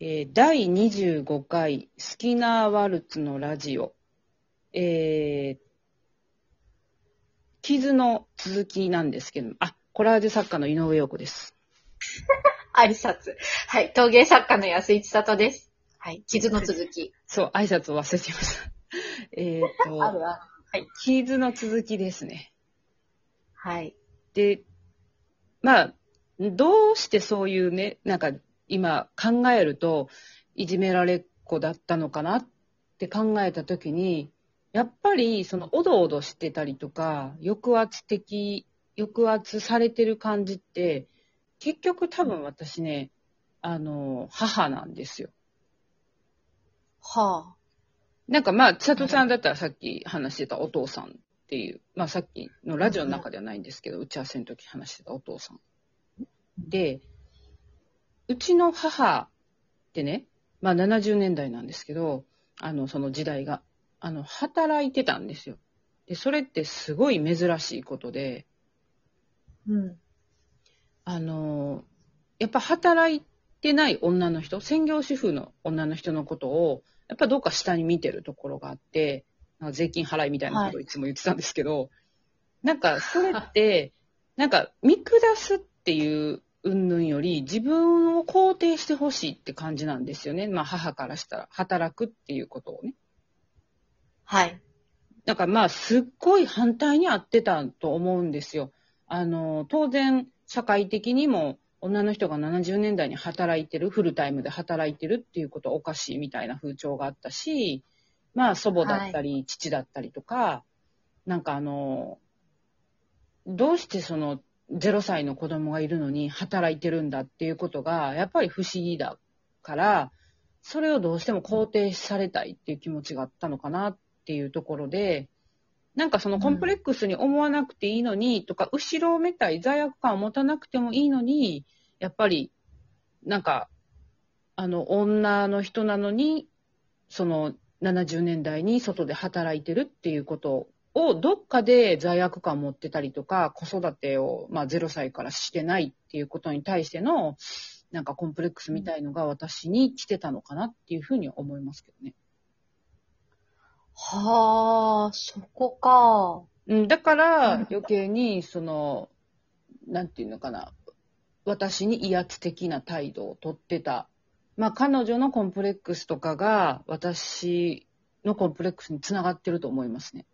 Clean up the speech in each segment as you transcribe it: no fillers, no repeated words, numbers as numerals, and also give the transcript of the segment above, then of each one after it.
第25回スキナーワルツのラジオ、傷の続きなんですけど、コラージュ作家の井上陽子です。 挨拶。はい。陶芸作家の安井千里です。はい。傷の続き。 そう、挨拶を忘れていました。 あるわ。はい。 傷の続きですね。 はい。 で、どうしてそういうね、なんか今考えると、いじめられっ子だったのかなって考えたときに、やっぱりそのおどおどしてたりとか、抑圧されてる感じって、結局多分私ね、母なんですよ。 はなんか千里さんだったらさっき話してたお父さんっていう、さっきのラジオの中ではないんですけど、打ち合わせの時話してたお父さん。で、うちの母ってね、70年代なんですけど、その時代が、働いてたんですよ。で、それってすごい珍しいことで、 うん。 やっぱ働いてない女の人、専業主婦の女の人のことを、やっぱどっか下に見てるところがあって、なんか税金払いみたいなことをいつも言ってたんですけど、なんかそれって、なんか見下すっていう云々より自分を肯定してほしいって感じなんですよね。母からしたら働くっていうことをね。 はい。 だからすっごい反対に合ってたと思うんですよ。当然社会的にも女の人が70年代に働いてる、フルタイムで働いてるっていうことはおかしいみたいな風潮があったし、祖母だったり父だったりとか、なんかどうしてその0歳の子供がいるのに働いてるんだっていうことがやっぱり不思議だから、それをどうしても肯定されたいっていう気持ちがあったのかなっていうところで、なんかそのコンプレックスに思わなくていいのにとか、後ろめたい罪悪感を持たなくてもいいのに、やっぱりなんか女の人なのにその70年代に外で働いてるっていうことをどっかで罪悪感を持ってたりとか、子育てを0歳からしてないっていうことに対してのなんかコンプレックスみたいのが私に来てたのかなっていうふうには思いますけどね。 はあ、そこか。 だから余計にそのなんていうのかな、私に威圧的な態度をとってた。彼女のコンプレックスとかが私のコンプレックスにつながってると思いますね。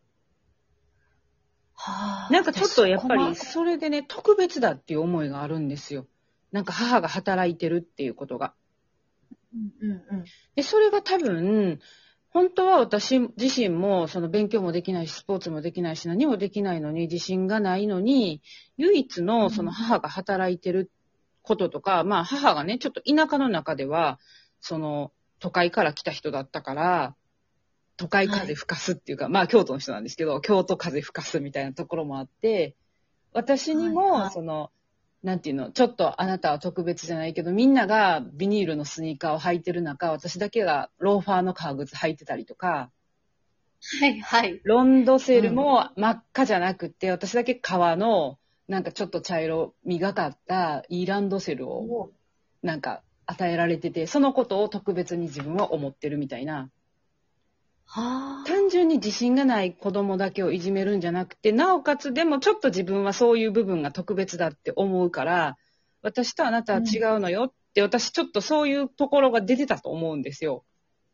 はあ。 なんかちょっとやっぱりそれでね、特別だっていう思いがあるんですよ。なんか母が働いてるっていうことが。 うんうんうん。 で、それが多分、本当は私自身もその勉強もできないし、スポーツもできないし、何もできないのに、自信がないのに、唯一のその母が働いてることとか、母がね、ちょっと田舎の中では、その都会から来た人だったから、都会風吹かすっていうか、京都の人なんですけど、京都風吹かすみたいなところもあって、私にも、その、なんていうの、ちょっとあなたは特別じゃないけど、みんながビニールのスニーカーを履いてる中、私だけがローファーの革靴履いてたりとか、 はいはい。 ロンドセルも真っ赤じゃなくて、私だけ革の、なんかちょっと茶色みがかったいいランドセルを、なんか与えられてて、そのことを特別に自分は思ってるみたいな。単純に自信がない子供だけをいじめるんじゃなくて、なおかつでもちょっと自分はそういう部分が特別だって思うから、私とあなたは違うのよって、私ちょっとそういうところが出てたと思うんですよ。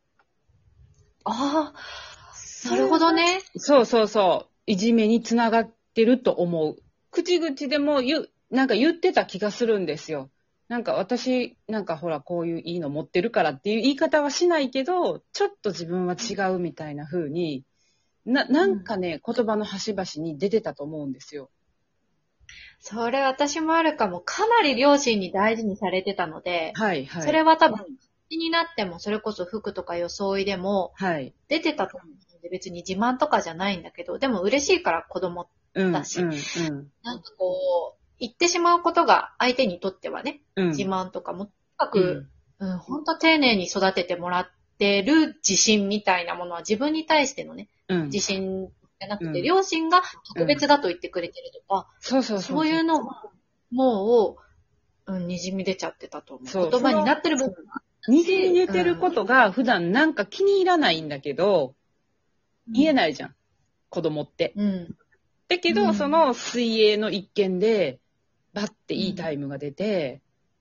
ああ、なるほどね。 そうそうそう。いじめにつながってると思う。口々でもなんか言ってた気がするんですよ。なんか私、なんかほらこういういいの持ってるからっていう言い方はしないけど、ちょっと自分は違うみたいな風に、なんかね、言葉の端々に出てたと思うんですよ。 それ私もあるかも。かなり両親に大事にされてたので、 はいはい。 それは多分、気になっても、それこそ服とか装いでも、出てたと思うんで、別に自慢とかじゃないんだけど、でも嬉しいから子供だし、なんかこう、言ってしまうことが相手にとってはね、自慢とかも、とにかく、本当丁寧に育ててもらってる自信みたいなものは自分に対してのね、自信じゃなくて、両親が特別だと言ってくれてるとか、そういうのも、もう、にじみ出ちゃってたと思う。言葉になってる部分がにじみ出てることが普段なんか気に入らないんだけど、言えないじゃん。子供って。だけど、その水泳の一件で、バッていいタイムが出て、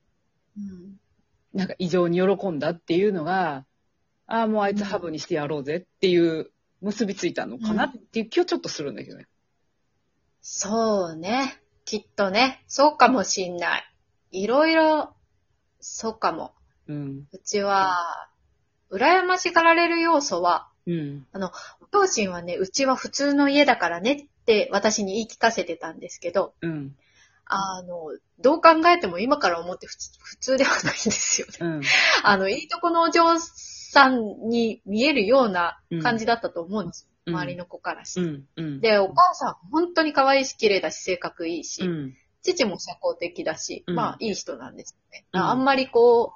なんか異常に喜んだっていうのが、ああ、もうあいつハブにしてやろうぜっていう結びついたのかなっていう気はちょっとするんだけどね。 そうね。きっとね。そうかもしんない。いろいろ、そうかも。うちは、羨ましがられる要素は、両親はね、うちは普通の家だからねって私に言い聞かせてたんですけど、どう考えても今から思って普通ではないんですよね。いいとこのお嬢さんに見えるような感じだったと思うんですよ。周りの子からして。で、お母さん本当に可愛いし、綺麗だし、性格いいし、父も社交的だし、まあいい人なんですよね。あんまり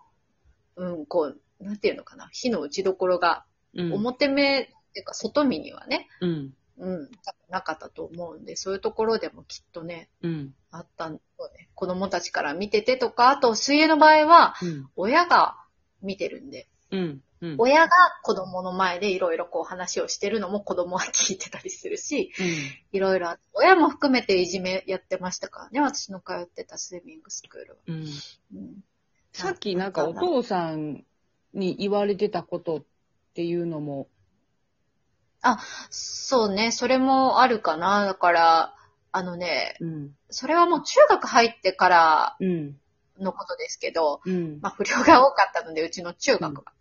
なんていうのかな、火の打ちどころが、表目っていうか外見にはね、なかったと思うんで、そういうところでもきっとね、あったんだよね。子供たちから見ててとか、あと水泳の場合は、親が見てるんで、親が子供の前でいろいろこう話をしてるのも子供は聞いてたりするし、いろいろ、親も含めていじめやってましたからね、私の通ってたスイミングスクールは。 さっきなんかお父さんに言われてたことっていうのも。 そうね、それもあるかな。だから、それはもう中学入ってからのことですけど、まあ不良が多かったので、うちの中学が。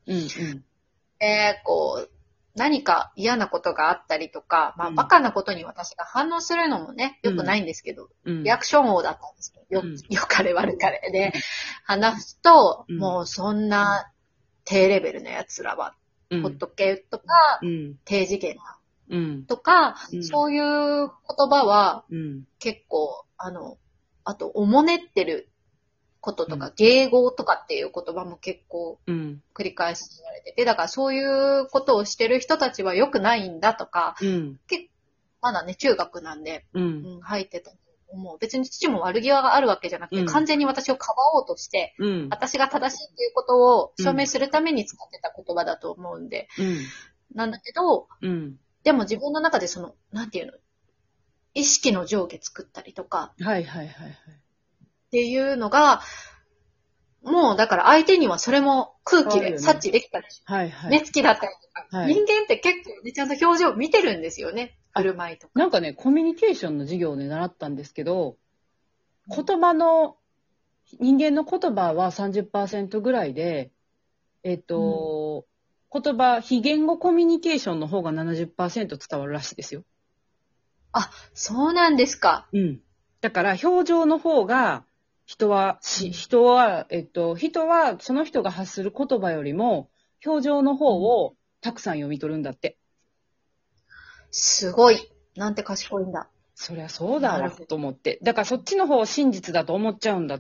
何か嫌なことがあったりとか、まあバカなことに私が反応するのもね、良くないんですけど、リアクション王だったんですよ。よかれ悪かれで、話すと、もうそんな低レベルな奴らは、ほっとけとか、低次元なとか、そういう言葉は、結構、あと、おもねってることとか、迎合とかっていう言葉も結構、繰り返し言われてて、だからそういうことをしてる人たちは良くないんだとか、まだね、中学なんで、入ってたと思う。別に父も悪気があるわけじゃなくて、完全に私をかばおうとして、私が正しいっていうことを証明するために使ってた言葉だと思うんで、なんだけど、でも自分の中でなんていうの、意識の上下作ったりとか、っていうのが、もうだから相手にはそれも空気で察知できたりしょ。目つきだったりとか、人間って結構ね、ちゃんと表情見てるんですよね、振る舞いとか。 なんかね、コミュニケーションの授業で習ったんですけど、言葉の、人間の言葉は 30% ぐらいで、言葉、非言語コミュニケーションの方が 70% 伝わるらしいですよ。 そうなんですか。 だから表情の方が、人はその人が発する言葉よりも、表情の方をたくさん読み取るんだって。 すごい。なんて賢いんだ。 そりゃそうだわ、と思って。だからそっちの方を真実だと思っちゃうんだって。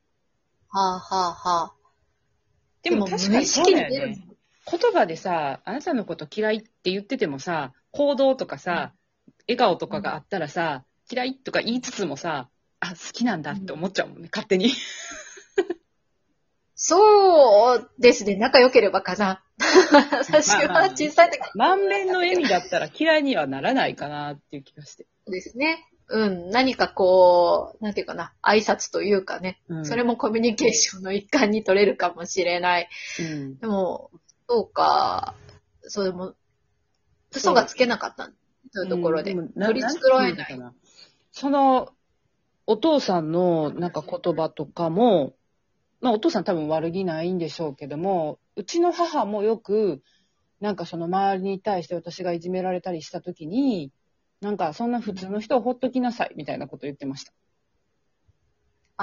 でも確かにそうだよね。言葉でさ、あなたのこと嫌いって言っててもさ、行動とかさ、笑顔とかがあったらさ、嫌いとか言いつつもさ、好きなんだって思っちゃうもんね、勝手に。 そうですね、仲良ければかな。私は小さい時。 満面の笑みだったら嫌いにはならないかなっていう気がして。 そうですね。何かなんていうかな、挨拶というかね、それもコミュニケーションの一環に取れるかもしれない。でも、そうか、それも、嘘がつけなかったというところで、取り繕えない。 お父さんのなんか言葉とかも、まあお父さん多分悪気ないんでしょうけども、うちの母もよく、なんか周りに対して私がいじめられたりしたときに、なんかそんな普通の人をほっときなさいみたいなこと言ってました。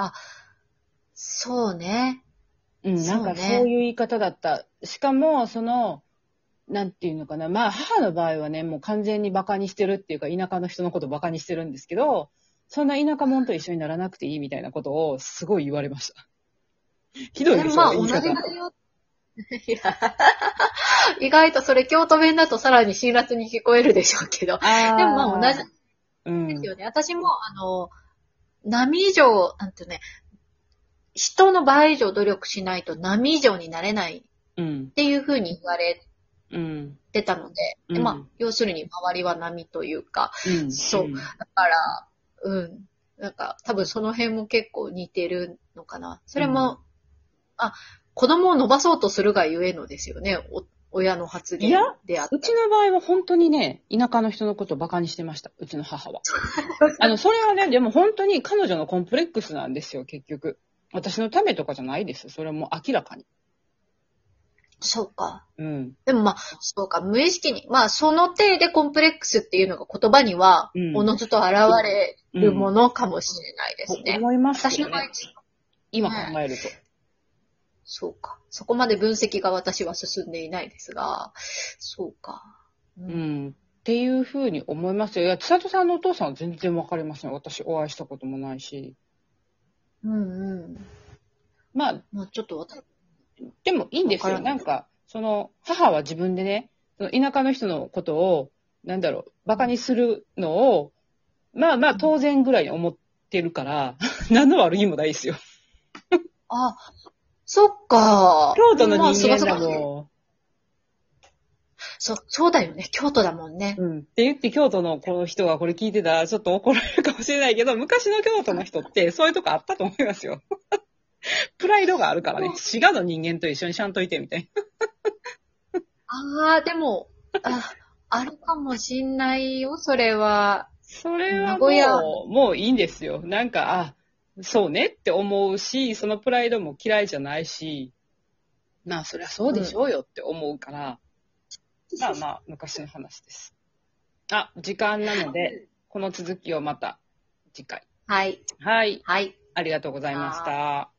そうね。 なんかそういう言い方だった。しかも、なんていうのかな。まあ母の場合はね、もう完全にバカにしてるっていうか、田舎の人のことバカにしてるんですけど、そんな田舎者と一緒にならなくていいみたいなことをすごい言われました。ひどいでしょ、 同じだよ。意外とそれ京都弁だとさらに辛辣に聞こえるでしょうけど。でも同じですよね。私も波以上、なんてね、 人の倍以上努力しないと波以上になれないうん。 っていうふうに言われうん。 てたので、 うんまあ、要するに周りは波というか、 うん。 そう。だから、なんか、多分その辺も結構似てるのかな。それも、子供を伸ばそうとするがゆえのですよね。親の発言であった。 うちの場合は本当にね、田舎の人のことをバカにしてました。うちの母は。それはね、でも本当に彼女のコンプレックスなんですよ、結局。私のためとかじゃないです。それはもう明らかに。 そうか。 うん。 でもまあ、そうか、無意識に、まあ、その程でコンプレックスっていうのが言葉には、おのずと現れるものかもしれないですね。 思います私の場合、 今考えると。 そうか。そこまで分析が私は進んでいないですが、そうか。 っていうふうに思いますよ。いや、千里さんのお父さんは全然わかりません。私お会いしたこともないし。まあ、 ちょっとでもいいんですよ。なんか、母は自分でね、その田舎の人のことを、バカにするのを、まあまあ当然ぐらいに思ってるから、何の悪意もないですよ。 あ、そっか。 京都の人間だもん。 そうだよね。京都だもんね。 って言って京都のこの人がこれ聞いてたらちょっと怒られるかもしれないけど、昔の京都の人ってそういうとこあったと思いますよ。プライドがあるからね。滋賀の人間と一緒にしゃんといてみたいな。でも、あるかもしんないよ、それは。 それはもういいんですよ。そうねって思うし、そのプライドも嫌いじゃないし、まあそりゃそうでしょうよって思うから、まあ昔の話です。時間なので、この続きをまた次回。 はい。 はい。ありがとうございました。